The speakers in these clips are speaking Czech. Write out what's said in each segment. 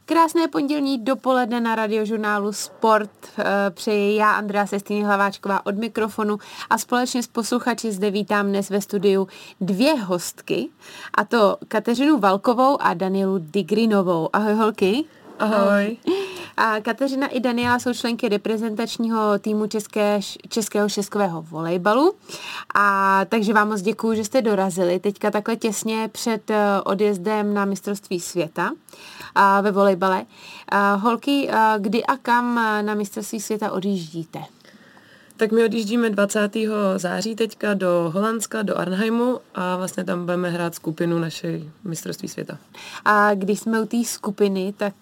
Krásné pondělní dopoledne na Radiožurnálu Sport přeji já, Andrea Sestýny Hlaváčková od mikrofonu a společně s posluchači zde vítám dnes ve studiu dvě hostky, a to Kateřinu Valkovou a Danielu Digrinovou. Ahoj holky. Ahoj. A Kateřina i Daniela jsou členky reprezentačního týmu českého šestkového volejbalu. A takže vám moc děkuju, že jste dorazili teďka takhle těsně před odjezdem na mistrovství světa ve volejbale. Holky, kdy a kam na mistrovství světa odjíždíte? Tak my odjíždíme 20. září teďka do Holandska, do Arnheimu a vlastně tam budeme hrát skupinu naší mistrovství světa. A když jsme u té skupiny, tak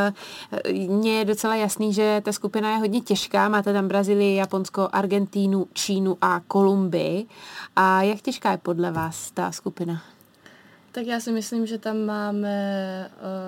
mně je docela jasný, že ta skupina je hodně těžká. Máte tam Brazílii, Japonsko, Argentínu, Čínu a Kolumbii. A jak těžká je podle vás ta skupina? Tak já si myslím, že tam máme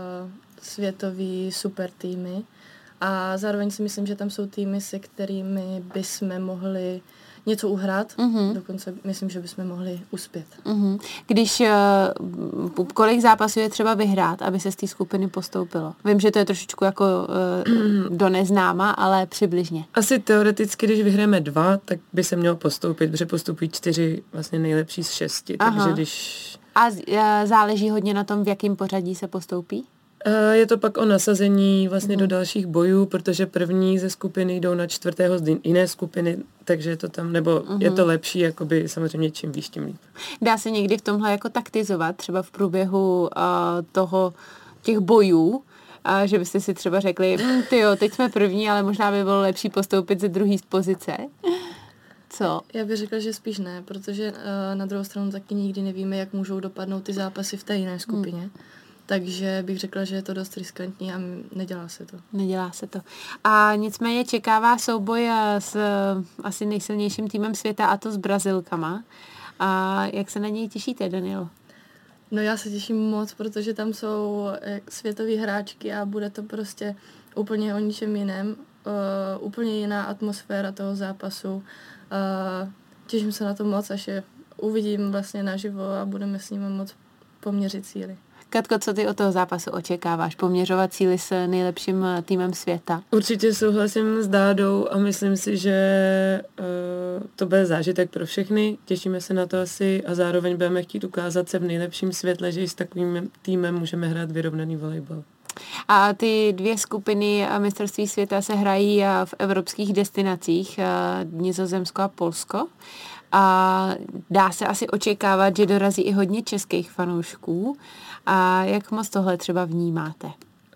světový super týmy. A zároveň si myslím, že tam jsou týmy, se kterými bychom mohli něco uhrát. Dokonce myslím, že bychom mohli uspět. Když kolik zápasů je třeba vyhrát, aby se z té skupiny postoupilo? Vím, že to je trošičku jako do neznáma, ale přibližně. Asi teoreticky, když vyhráme 2, tak by se mělo postoupit, protože postupují 4 vlastně nejlepší z 6. Takže když... A záleží hodně na tom, v jakém pořadí se postoupí? Je to pak o nasazení vlastně do dalších bojů, protože první ze skupiny jdou na 4. z jiné skupiny, takže je to tam, nebo je to lepší, jakoby samozřejmě čím výš, tím líp. Dá se někdy v tomhle jako taktizovat, třeba v průběhu těch bojů, že byste si třeba řekli, tyjo, teď jsme první, ale možná by bylo lepší postoupit ze druhé pozice? Co? Já bych řekla, že spíš ne, protože na druhou stranu taky nikdy nevíme, jak můžou dopadnout ty zápasy v té jiné skupině. Takže bych řekla, že je to dost riskantní a nedělá se to. Nedělá se to. A nicméně čeká vás souboj s asi nejsilnějším týmem světa, a to s Brazilkama. A jak se na něj těšíte, Danielo? No já se těším moc, protože tam jsou světoví hráčky a bude to prostě úplně o ničem jiném. Úplně jiná atmosféra toho zápasu. Těším se na to moc, až je uvidím vlastně naživo a budeme s nimi moc poměřit síly. Katko, co ty od toho zápasu očekáváš? Poměřovat síly s nejlepším týmem světa? Určitě souhlasím s Dádou a myslím si, že to bude zážitek pro všechny. Těšíme se na to asi a zároveň budeme chtít ukázat se v nejlepším světle, že i s takovým týmem můžeme hrát vyrovnaný volejbal. A ty dvě skupiny mistrovství světa se hrají v evropských destinacích, Nizozemsko a Polsko. A dá se asi očekávat, že dorazí i hodně českých fanoušků. A jak moc tohle třeba vnímáte?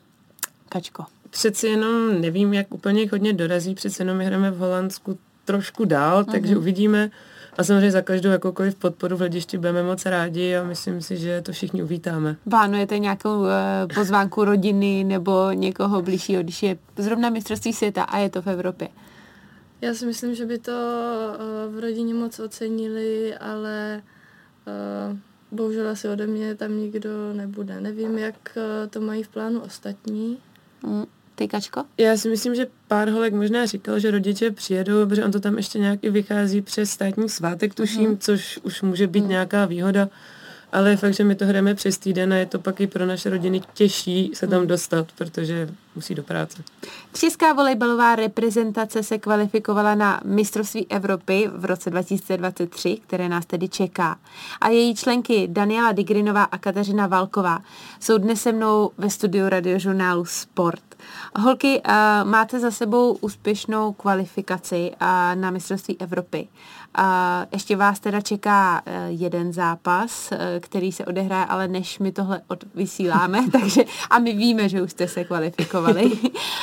Kačko. Přeci jenom nevím, jak úplně hodně dorazí, přeci jenom my hrajeme v Holandsku trošku dál, takže uvidíme. A samozřejmě za každou jakoukoliv podporu v hledišti budeme moc rádi a myslím si, že to všichni uvítáme. Plánujete nějakou pozvánku rodiny nebo někoho bližšího, když je zrovna mistrovství světa a je to v Evropě? Já si myslím, že by to v rodině moc ocenili, ale bohužel asi ode mě tam nikdo nebude. Nevím, jak to mají v plánu ostatní. Ty, Kačko? Já si myslím, že pár holek možná říkal, že rodiče přijedou, protože on to tam ještě nějak i vychází přes státní svátek, tuším, což už může být nějaká výhoda. Ale je fakt, že my to hrajeme přes týden a je to pak i pro naše rodiny těžší se tam dostat, protože musí do práce. Česká volejbalová reprezentace se kvalifikovala na mistrovství Evropy v roce 2023, které nás tedy čeká. A její členky Daniela Digrinová a Kateřina Valková jsou dnes se mnou ve studiu Radiožurnálu Sport. Holky, máte za sebou úspěšnou kvalifikaci na mistrovství Evropy. Ještě vás teda čeká jeden zápas, který se odehraje, ale než my tohle odvysíláme, takže a my víme, že už jste se kvalifikovali.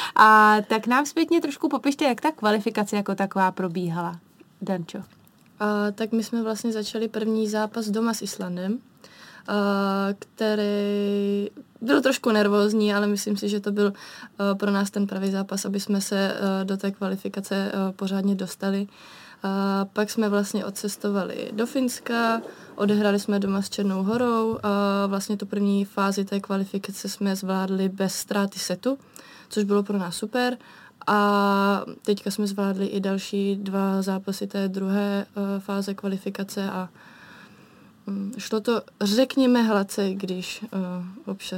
Tak nám zpětně trošku popište, jak ta kvalifikace jako taková probíhala. Dančo. Tak my jsme vlastně začali první zápas doma s Islandem, který byl trošku nervózní, ale myslím si, že to byl pro nás ten pravý zápas, aby jsme se do té kvalifikace pořádně dostali. Pak jsme vlastně odcestovali do Finska, odehrali jsme doma s Černou Horou a vlastně tu první fázi té kvalifikace jsme zvládli bez ztráty setu, což bylo pro nás super. A teďka jsme zvládli i další 2 zápasy té druhé fáze kvalifikace a šlo to, řekněme, hladce, když občas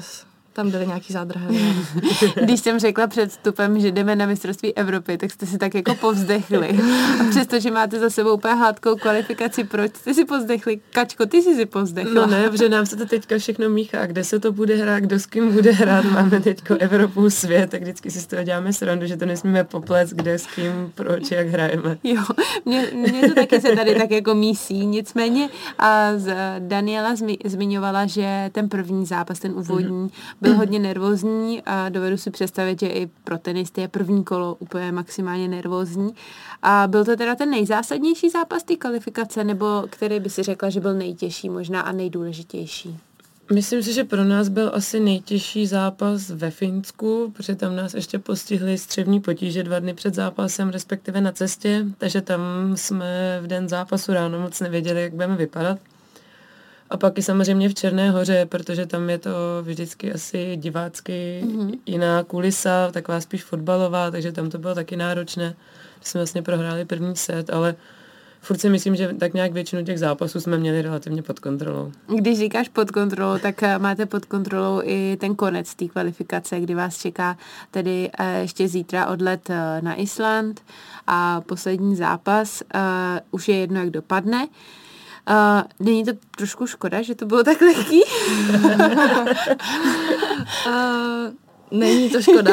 tam byly nějaký zádrhely. Když jsem řekla před vstupem, že jdeme na mistrovství Evropy, tak jste si tak jako povzdechli. A přestože máte za sebou úplně hladkou kvalifikaci, proč jste si povzdechli? Kačko, ty jsi si povzdechla. No ne, protože nám se to teďka všechno míchá. Kde se to bude hrát, kdo s kým bude hrát. Máme teďko Evropu, svět, tak vždycky si z toho děláme srandu, že to nesmíme poplet, kde s kým, proč, jak hrajeme. Jo, mě to taky se tady tak jako mísí. Nicméně Daniela zmiňovala, že ten první zápas, ten úvodní, byl hodně nervózní a dovedu si představit, že i pro tenisty je první kolo úplně maximálně nervózní. A byl to teda ten nejzásadnější zápas té kvalifikace, nebo který by si řekla, že byl nejtěžší možná a nejdůležitější? Myslím si, že pro nás byl asi nejtěžší zápas ve Finsku, protože tam nás ještě postihly střevní potíže 2 dny před zápasem, respektive na cestě, takže tam jsme v den zápasu ráno moc nevěděli, jak budeme vypadat. A pak i samozřejmě v Černé Hoře, protože tam je to vždycky asi divácky jiná kulisa, taková spíš fotbalová, takže tam to bylo taky náročné. Jsme vlastně prohráli první set, ale furt si myslím, že tak nějak většinu těch zápasů jsme měli relativně pod kontrolou. Když říkáš pod kontrolou, tak máte pod kontrolou i ten konec té kvalifikace, kdy vás čeká tedy ještě zítra odlet na Island a poslední zápas. Už je jedno, jak dopadne. Není to trošku škoda, že to bylo tak lehký? Není to škoda.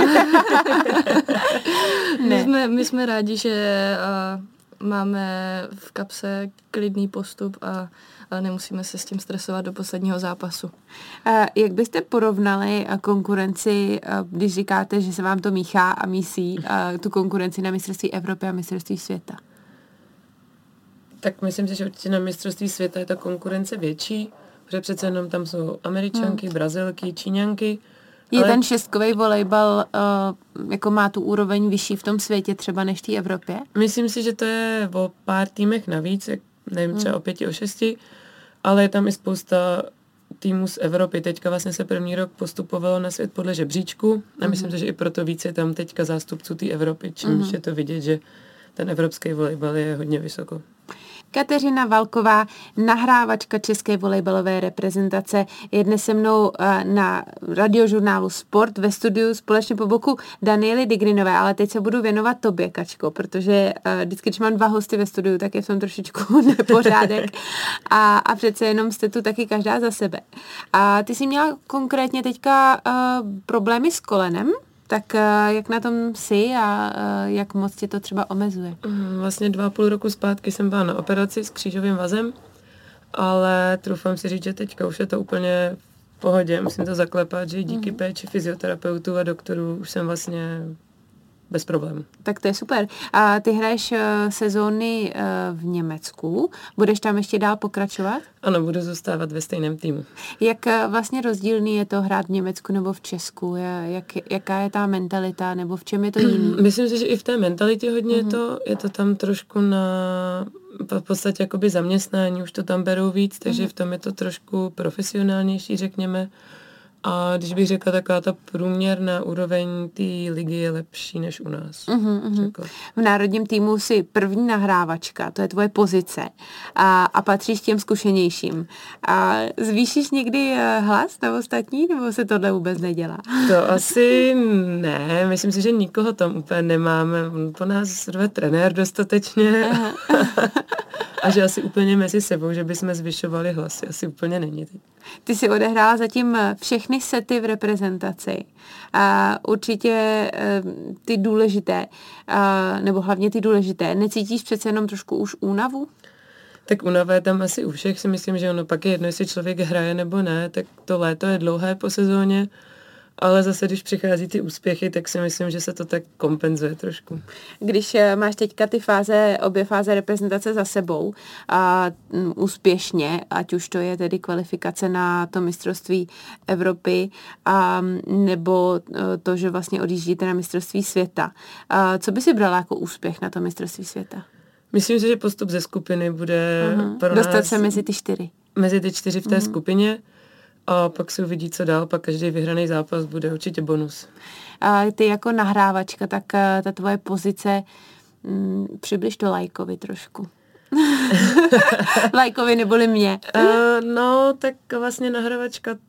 My jsme rádi, že máme v kapse klidný postup a nemusíme se s tím stresovat do posledního zápasu. Jak byste porovnali konkurenci, když říkáte, že se vám to míchá a mísí, tu konkurenci na mistrovství Evropy a mistrovství světa? Tak myslím si, že určitě na mistrovství světa je ta konkurence větší, protože přece jenom tam jsou Američanky, Brazilky, Číňanky. Je ten šestkový volejbal, jako má tu úroveň vyšší v tom světě třeba než v té Evropě? Myslím si, že to je o pár týmech navíc, nevím, třeba o 5, o 6, ale je tam i spousta týmů z Evropy. Teďka vlastně se první rok postupovalo na svět podle žebříčku a myslím si, že i proto víc je tam teďka zástupců té Evropy, čímž je to vidět, že ten evropský volejbal je hodně vysoko. Kateřina Valková, nahrávačka české volejbalové reprezentace, je dnes se mnou na radiožurnálu Sport ve studiu společně po boku Daniely Digrinové, ale teď se budu věnovat tobě, Kačko, protože vždycky, když mám 2 hosty ve studiu, tak je v tom trošičku nepořádek a přece jenom jste tu taky každá za sebe. A ty jsi měla konkrétně teďka problémy s kolenem? Tak jak na tom jsi a jak moc tě to třeba omezuje? Vlastně 2,5 roku zpátky jsem byla na operaci s křížovým vazem, ale troufám si říct, že teďka už je to úplně v pohodě. Musím to zaklepat, že díky péči fyzioterapeutů a doktorů už jsem vlastně bez problémů. Tak to je super. A ty hraješ sezóny v Německu. Budeš tam ještě dál pokračovat? Ano, budu zůstávat ve stejném týmu. Jak vlastně rozdílný je to hrát v Německu nebo v Česku? Jaká je ta mentalita nebo v čem je to jiný? Myslím si, že i v té mentalitě hodně je to tam trošku v podstatě jakoby zaměstnání, už to tam berou víc, takže v tom je to trošku profesionálnější, řekněme. A když bych řekla, taková ta průměrná úroveň té ligy je lepší než u nás. V národním týmu si první nahrávačka, to je tvoje pozice a patříš těm zkušenějším. A zvýšíš někdy hlas na ostatní, nebo se tohle vůbec nedělá? To asi ne, myslím si, že nikoho tam úplně nemáme. Po nás rve trenér dostatečně. A že asi úplně mezi sebou, že bychom zvyšovali hlasy, asi úplně není. Ty jsi odehrála zatím všechny sety v reprezentaci. A určitě ty důležité, nebo hlavně ty důležité, necítíš přece jenom trošku už únavu? Tak únava je tam asi u všech, si myslím, že ono pak je jedno, jestli člověk hraje nebo ne, tak to léto je dlouhé po sezóně, ale zase, když přichází ty úspěchy, tak si myslím, že se to tak kompenzuje trošku. Když máš teďka ty obě fáze reprezentace za sebou a úspěšně, ať už to je tedy kvalifikace na to mistrovství Evropy nebo to, že vlastně odjíždíte na mistrovství světa. Co by si brala jako úspěch na to mistrovství světa? Myslím si, že postup ze skupiny bude pro nás... Dostat se mezi ty 4. Mezi ty 4 v té skupině. A pak se uvidí, co dál, pak každý vyhraný zápas bude určitě bonus. A ty jako nahrávačka, tak ta tvoje pozice, přibliž to Lajkovi trošku. Lajkovi neboli mě. No, tak vlastně nahrávačka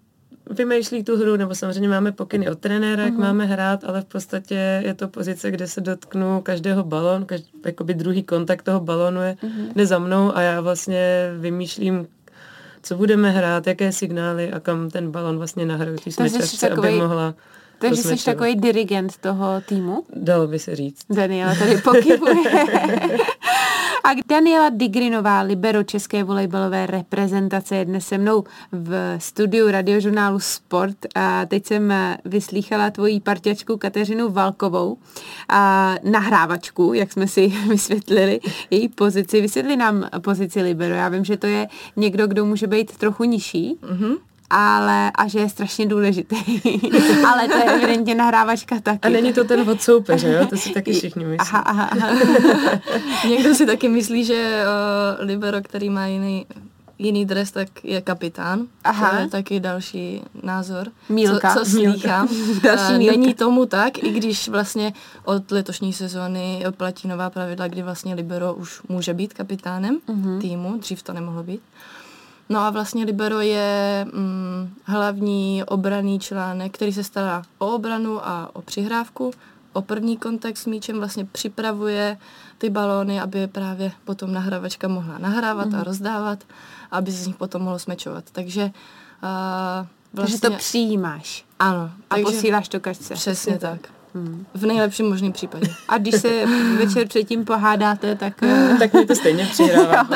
vymýšlí tu hru, nebo samozřejmě máme pokyny od trenéra, jak máme hrát, ale v podstatě je to pozice, kde se dotknu každého balónu, jakoby druhý kontakt toho balónu jde za mnou a já vlastně vymýšlím, co budeme hrát, jaké signály a kam ten balón vlastně nahraju té smečařce, aby mohla Takže jsi takový dirigent toho týmu? Dalo by se říct. Daniela tady pokybuje. A Daniela Digrinová, libero české volejbalové reprezentace, je dnes se mnou v studiu radiožurnálu Sport. A teď jsem vyslýchala tvoji parťačku Kateřinu Valkovou, a nahrávačku, jak jsme si vysvětlili, její pozici. Vysvětli nám pozici libero. Já vím, že to je někdo, kdo může být trochu nižší, a že je strašně důležitý. Ale to je evidentně nahrávačka taky. A není to ten od soupeře, jo? To si taky všichni myslí. Aha. Někdo si taky myslí, že libero, který má jiný dres, tak je kapitán. To je taky další názor. Mílka. Co slýchám. Není tomu tak, i když vlastně od letošní sezóny platí nová pravidla, kdy vlastně libero už může být kapitánem týmu, dřív to nemohlo být. No a vlastně libero je hlavní obranný článek, který se stará o obranu a o přihrávku, o první kontakt s míčem, vlastně připravuje ty balóny, aby právě potom nahrávačka mohla nahrávat a rozdávat, aby se z nich potom mohlo smečovat. Takže vlastně... Takže to přijímáš. Ano. A posíláš to kačce. Přesně tak. V nejlepším možném případě. A když se večer předtím pohádáte, tak... tak mi to stejně přihrává.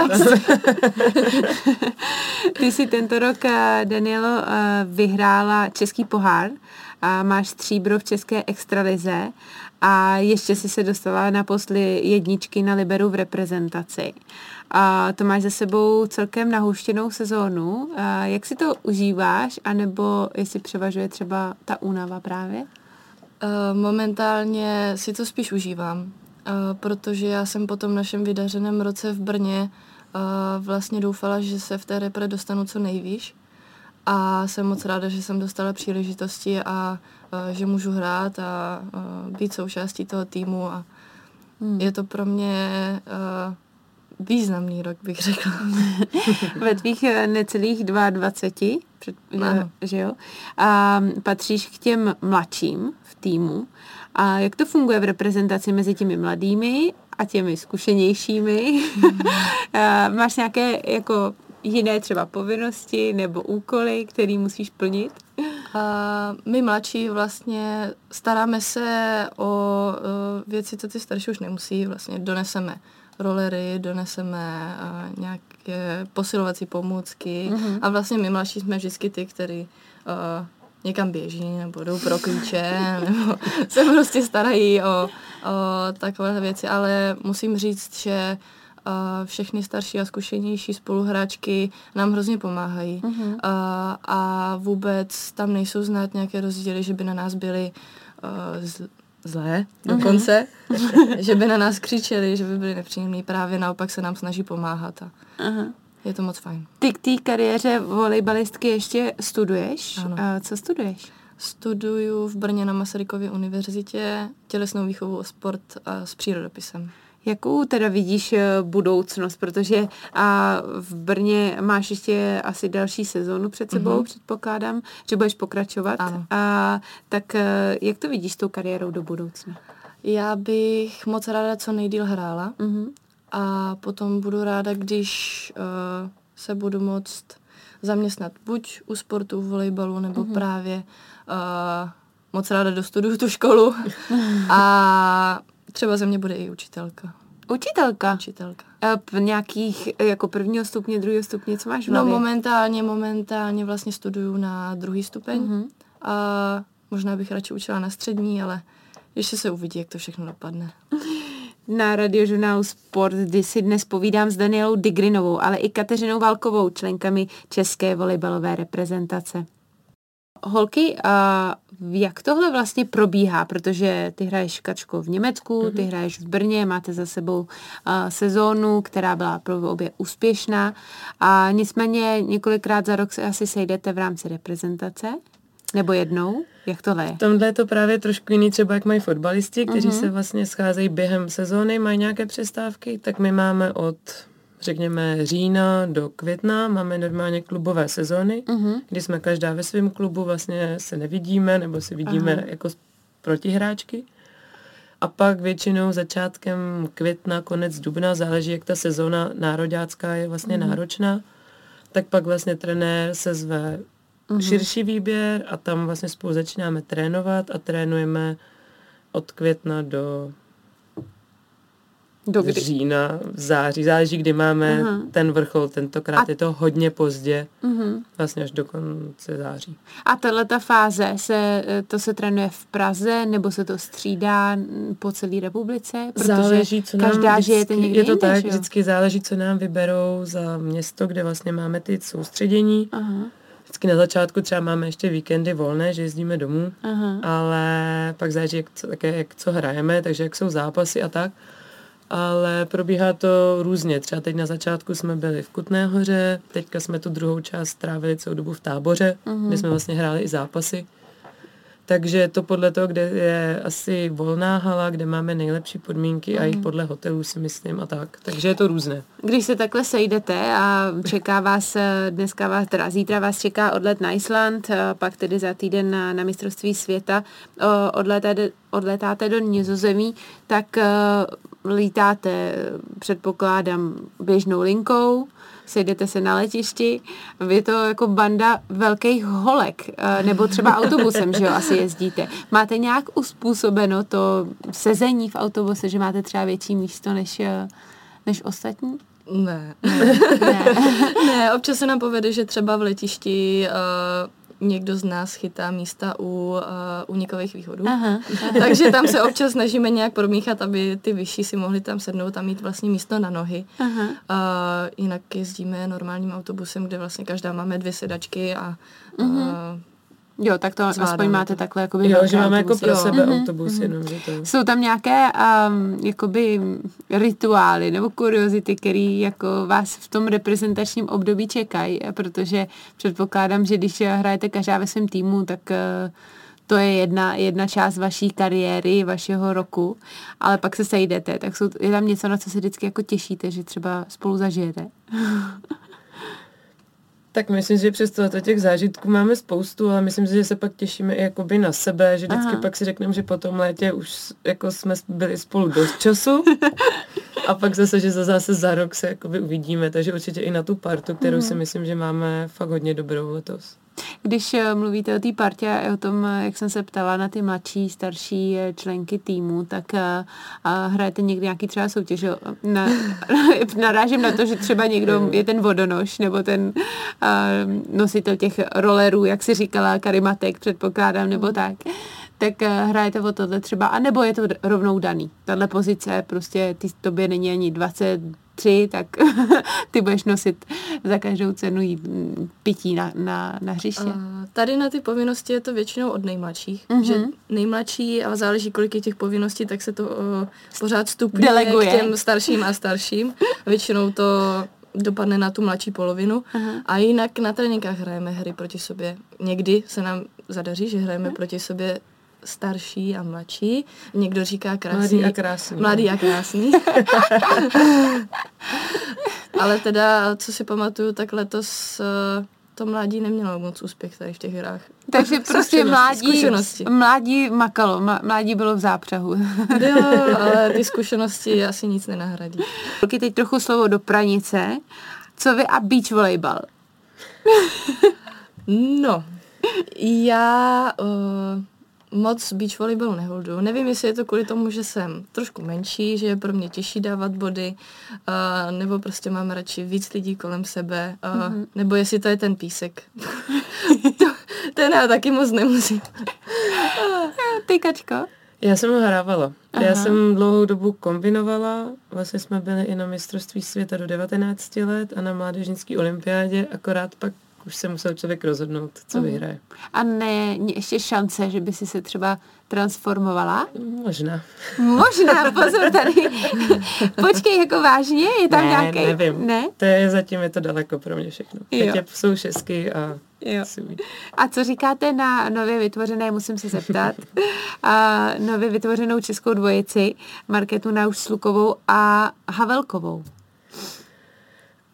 Ty jsi tento rok, Danielo, vyhrála Český pohár a máš stříbro v české extralize a ještě si se dostala na posly jedničky na liberu v reprezentaci. A to máš za sebou celkem nahuštěnou sezónu. Jak si to užíváš, anebo jestli převažuje třeba ta únava právě? Momentálně si to spíš užívám, protože já jsem po tom našem vydařeném roce v Brně vlastně doufala, že se v té repre dostanu co nejvýš a jsem moc ráda, že jsem dostala příležitosti a že můžu hrát a být součástí toho týmu a je to pro mě významný rok, bych řekla. Ve tvých necelých 22, že jo? A patříš k těm mladším v týmu. A jak to funguje v reprezentaci mezi těmi mladými a těmi zkušenějšími? Máš nějaké jako jiné třeba povinnosti nebo úkoly, které musíš plnit? My mladší vlastně staráme se o věci, co ty starší už nemusí. Vlastně doneseme rolery, doneseme nějaké posilovací pomůcky a vlastně my mladší jsme vždycky ty, který někam běží nebo jdou pro klíče nebo se prostě starají o takové věci, ale musím říct, že všechny starší a zkušenější spoluhráčky nám hrozně pomáhají a vůbec tam nejsou znát nějaké rozdíly, že by na nás byli zlé dokonce, že by na nás křičeli, že by byli nepříjemní, právě naopak se nám snaží pomáhat a je to moc fajn. Ty k té kariéře volejbalistky ještě studuješ? Ano. Co studuješ? Studuju v Brně na Masarykově univerzitě tělesnou výchovu a sport a s přírodopisem. Jakou teda vidíš budoucnost, protože v Brně máš ještě asi další sezónu před sebou, předpokládám, že budeš pokračovat. Tak jak to vidíš s tou kariérou do budoucna? Já bych moc ráda co nejdýl hrála a potom budu ráda, když se budu moct zaměstnat buď u sportu, v volejbalu, nebo právě moc ráda dostuduju tu školu a třeba ze mě bude i učitelka. Učitelka? Učitelka. Nějakých jako prvního stupně, druhého stupně, co máš v hlavě? No momentálně vlastně studuju na druhý stupeň a možná bych radši učila na střední, ale ještě se uvidí, jak to všechno dopadne. Na radiožurnálu Sport, kdy si dnes povídám s Danielou Digrinovou, ale i Kateřinou Valkovou, členkami české volejbalové reprezentace. Holky, jak tohle vlastně probíhá, protože ty hraješ Kačko v Německu, ty hraješ v Brně, máte za sebou sezónu, která byla pro obě úspěšná a nicméně několikrát za rok se asi sejdete v rámci reprezentace, nebo jednou? Jak tohle je? Tomhle je to právě trošku jiný, třeba jak mají fotbalisti, kteří se vlastně scházejí během sezóny, mají nějaké přestávky, tak my máme od řekněme, října do května máme normálně klubové sezóny, kdy jsme každá ve svém klubu, vlastně se nevidíme, nebo se vidíme jako protihráčky. A pak většinou začátkem května, konec dubna, záleží, jak ta sezóna nároďácká je vlastně náročná, tak pak vlastně trenér se zve širší výběr a tam vlastně spolu začínáme trénovat a trénujeme od května do října, září, záleží, kdy máme ten vrchol, tentokrát je to hodně pozdě, vlastně až do konce září. A tato fáze, se trénuje v Praze, nebo se to střídá po celé republice? Protože záleží, co nám každá žijete někde je to jinde, tak, vždycky záleží, co nám vyberou za město, kde vlastně máme ty soustředění. Vždycky na začátku třeba máme ještě víkendy volné, že jezdíme domů, ale pak záleží, jak co hrajeme, takže jak jsou zápasy a tak. Ale probíhá to různě. Třeba teď na začátku jsme byli v Kutné Hoře, teďka jsme tu druhou část strávili celou dobu v Táboře, kde jsme vlastně hráli i zápasy. Takže to podle toho, kde je asi volná hala, kde máme nejlepší podmínky a i podle hotelů si myslím a tak. Takže je to různé. Když se takhle sejdete a čeká vás, zítra vás čeká odlet na Island, pak tedy za týden na mistrovství světa, odletáte do Nizozemí, tak lítáte, předpokládám, běžnou linkou, sejdete se na letišti, je to jako banda velkých holek, nebo třeba autobusem, že jo, asi jezdíte. Máte nějak uspůsobeno to sezení v autobuse, že máte třeba větší místo než ostatní? Ne. Ne, občas se nám povede, že třeba v letišti někdo z nás chytá místa u únikových východů. Takže tam se občas snažíme nějak promíchat, aby ty vyšší si mohli tam sednout a mít vlastně místo na nohy. Jinak jezdíme normálním autobusem, kde vlastně každá máme 2 sedačky a jo, tak to aspoň máte takhle jakoby jo, že máme autobus. jako pro sebe autobus jenom, že to... Jsou tam nějaké jakoby rituály nebo kuriozity, které jako vás v tom reprezentačním období čekají, protože předpokládám, že když hrajete každá ve svém týmu, tak to je jedna část vaší kariéry, vašeho roku, ale pak se sejdete, tak je tam něco, na co se vždycky jako těšíte, že třeba spolu zažijete. Tak myslím, že přes tohleto těch zážitků máme spoustu, ale myslím si, že se pak těšíme i jakoby na sebe, že vždycky pak si řekneme, že po tom létě už jako jsme byli spolu dost času a pak zase, že zase za rok se jakoby uvidíme, takže určitě i na tu partu, kterou si myslím, že máme fakt hodně dobrou letos. Když mluvíte o té partě a o tom, jak jsem se ptala na ty mladší, starší členky týmu, tak hrajete někdy nějaký třeba soutěž. Narážím na to, že třeba někdo je ten vodonoš nebo ten nositel těch rollerů, jak si říkala, karimatek, předpokládám, nebo tak. Tak hrajete o tohle třeba, anebo je to rovnou daný. Tahle pozice, prostě tobě není ani 23, tak ty budeš nosit za každou cenu pití na hřiště. Tady na ty povinnosti je to většinou od nejmladších. Že nejmladší, ale záleží, kolik je těch povinností, tak se to pořád stupňuje deleguje k těm starším a starším. Většinou to dopadne na tu mladší polovinu. A jinak na tréninkách hrajeme hry proti sobě. Někdy se nám zadaří, že hrajeme proti sobě starší a mladší. Někdo říká krásný. Mladý a krásný. Mladý a krásný. Ale teda, co si pamatuju, tak letos to mládí nemělo moc úspěch tady v těch hrách. Takže prostě mládí makalo, mládí bylo v zápřahu. Jo, ale ty zkušenosti asi nic nenahradí. Teď trochu slovo do pranice. Co vy a beach volejbal? No, já moc beach volejbalu neholduju. Nevím, jestli je to kvůli tomu, že jsem trošku menší, že je pro mě těžší dávat body, nebo prostě mám radši víc lidí kolem sebe, nebo jestli to je ten písek. Ten já taky moc nemusím. Ty, Kačko? Já jsem ho hrávala. Já jsem dlouhou dobu kombinovala. Vlastně jsme byli i na mistrovství světa do 19 let a na mládežnické olympiádě, akorát pak už se musel člověk rozhodnout, co vyhraje. A ne ještě šance, že by si se třeba transformovala? Možná. Možná, pozor tady. Počkej, jako vážně? Je tam nějaký? Nevím. Ne? Zatím je to daleko pro mě všechno. Teď jsou 6 a A co říkáte na nově vytvořené, musím se zeptat, nově vytvořenou českou dvojici Markétu Nauš Slukovou a Havelkovou?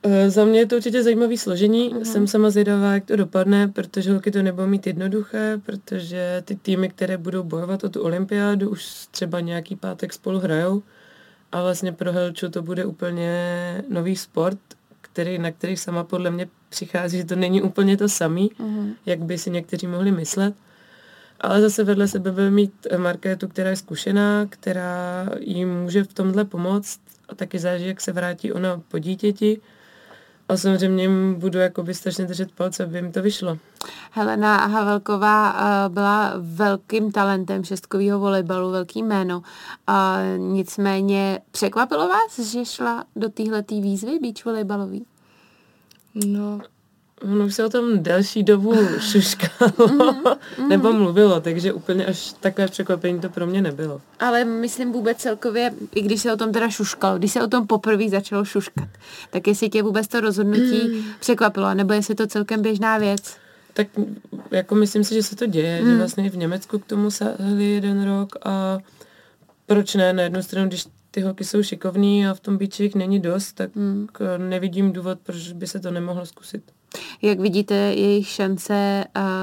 Za mě je to určitě zajímavý složení. Jsem sama zvědavá, jak to dopadne, protože holky to nebudou mít jednoduché, protože ty týmy, které budou bojovat o tu olympiádu, už třeba nějaký pátek spolu hrajou. A vlastně pro Helču to bude úplně nový sport, na který sama podle mě přichází, že to není úplně to samý, jak by si někteří mohli myslet. Ale zase vedle sebe bude mít Markétu, která je zkušená, která jim může v tomhle pomoct a taky záleží, jak se vrátí ona po dítěti. A samozřejmě jim budu jakoby strašně držet palce, aby jim to vyšlo. Helena Havelková byla velkým talentem šestkového volejbalu, velký jméno. Nicméně překvapilo vás, že šla do téhletý výzvy beach volejbalový? No, ono už se o tom delší dobu šuškalo nebo mluvilo, takže úplně až takové překvapení to pro mě nebylo. Ale myslím vůbec celkově, i když se o tom teda šuškalo, když se o tom poprvé začalo šuškat, tak jestli tě vůbec to rozhodnutí překvapilo, nebo jestli to celkem běžná věc? Tak jako myslím si, že se to děje, že vlastně v Německu k tomu sáhli 1 rok a proč ne, na jednu stranu, když ty holky jsou šikovný a v tom beachi jich není dost, tak nevidím důvod, proč by se to nemohlo zkusit. Jak vidíte jejich šance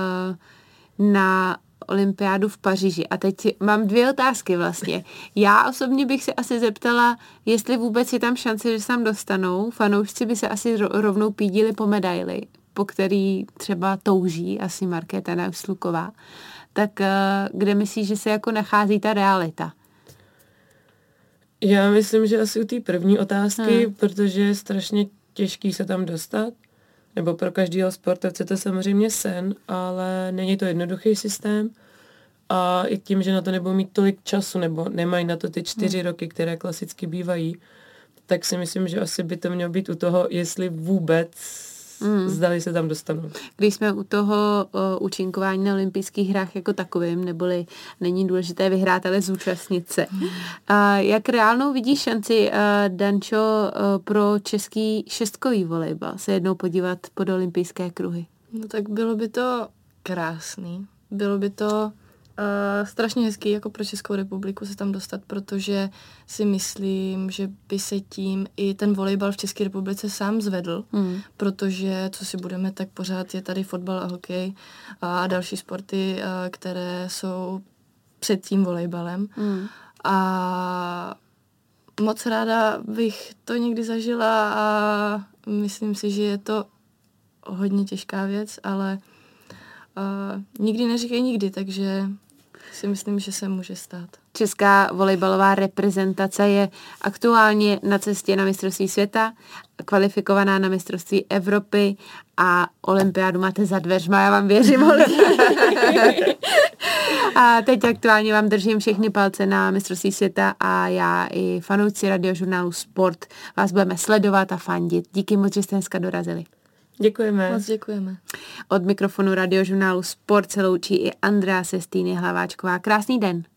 na olympiádu v Paříži? A teď mám 2 otázky vlastně. Já osobně bych se asi zeptala, jestli vůbec je tam šance, že se tam dostanou. Fanoušci by se asi rovnou pídili po medaili, po který třeba touží asi Markéta Neusluková. Tak kde myslíš, že se jako nachází ta realita? Já myslím, že asi u té první otázky, protože je strašně těžký se tam dostat, nebo pro každého sportovce to samozřejmě sen, ale není to jednoduchý systém a i tím, že na to nebudou mít tolik času, nebo nemají na to ty 4 roky, které klasicky bývají, tak si myslím, že asi by to mělo být u toho, jestli vůbec zdali se tam dostanou. Když jsme u toho účinkování na olympijských hrách jako takovým, neboli není důležité vyhrát, ale zúčastnit se. Jak reálnou vidíš šanci, Dančo, pro český šestkový volejbal se jednou podívat pod olympijské kruhy? No tak bylo by to krásný. Bylo by to strašně hezký jako pro Českou republiku se tam dostat, protože si myslím, že by se tím i ten volejbal v České republice sám zvedl, protože, co si budeme, tak pořád je tady fotbal a hokej a další sporty, které jsou před tím volejbalem. A moc ráda bych to někdy zažila a myslím si, že je to hodně těžká věc, ale nikdy neříkej nikdy, takže si myslím, že se může stát. Česká volejbalová reprezentace je aktuálně na cestě na mistrovství světa, kvalifikovaná na mistrovství Evropy a olympiádu máte za dveřma, já vám věřím. A teď aktuálně vám držím všechny palce na mistrovství světa a já i fanoušci radiožurnálu Sport vás budeme sledovat a fandit. Díky moc, že jste dneska dorazili. Děkujeme. Moc děkujeme. Od mikrofonu radiožurnálu Sport se loučí i Andrea Sestýny Hlaváčková. Krásný den.